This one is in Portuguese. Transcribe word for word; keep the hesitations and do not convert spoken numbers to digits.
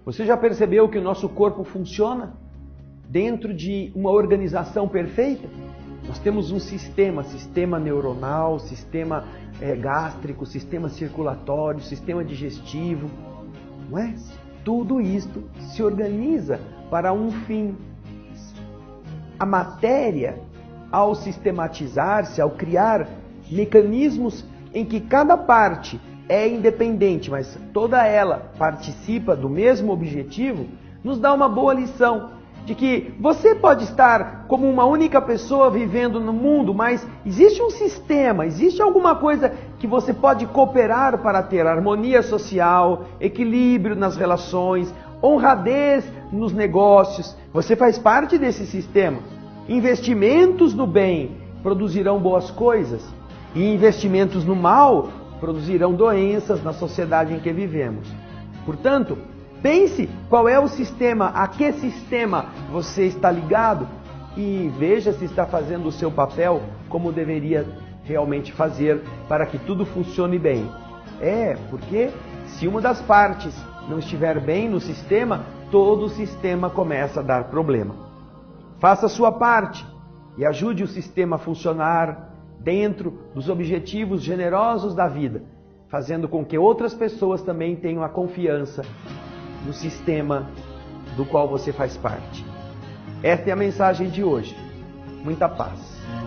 Você já percebeu que o nosso corpo funciona dentro de uma organização perfeita? Nós temos um sistema, sistema neuronal, sistema é, gástrico, sistema circulatório, sistema digestivo, não é? Tudo isto se organiza para um fim. A matéria, ao sistematizar-se, ao criar mecanismos em que cada parte é independente, mas toda ela participa do mesmo objetivo, nos dá uma boa lição de que você pode estar como uma única pessoa vivendo no mundo, mas existe um sistema, existe alguma coisa que você pode cooperar para ter harmonia social, equilíbrio nas relações, honradez nos negócios. Você faz parte desse sistema. Investimentos no bem produzirão boas coisas e investimentos no mal produzirão doenças na sociedade em que vivemos. Portanto, pense qual é o sistema, a que sistema você está ligado e veja se está fazendo o seu papel como deveria realmente fazer para que tudo funcione bem. É, porque se uma das partes não estiver bem no sistema, todo o sistema começa a dar problema. Faça a sua parte e ajude o sistema a funcionar dentro dos objetivos generosos da vida, fazendo com que outras pessoas também tenham a confiança no sistema do qual você faz parte. Esta é a mensagem de hoje. Muita paz.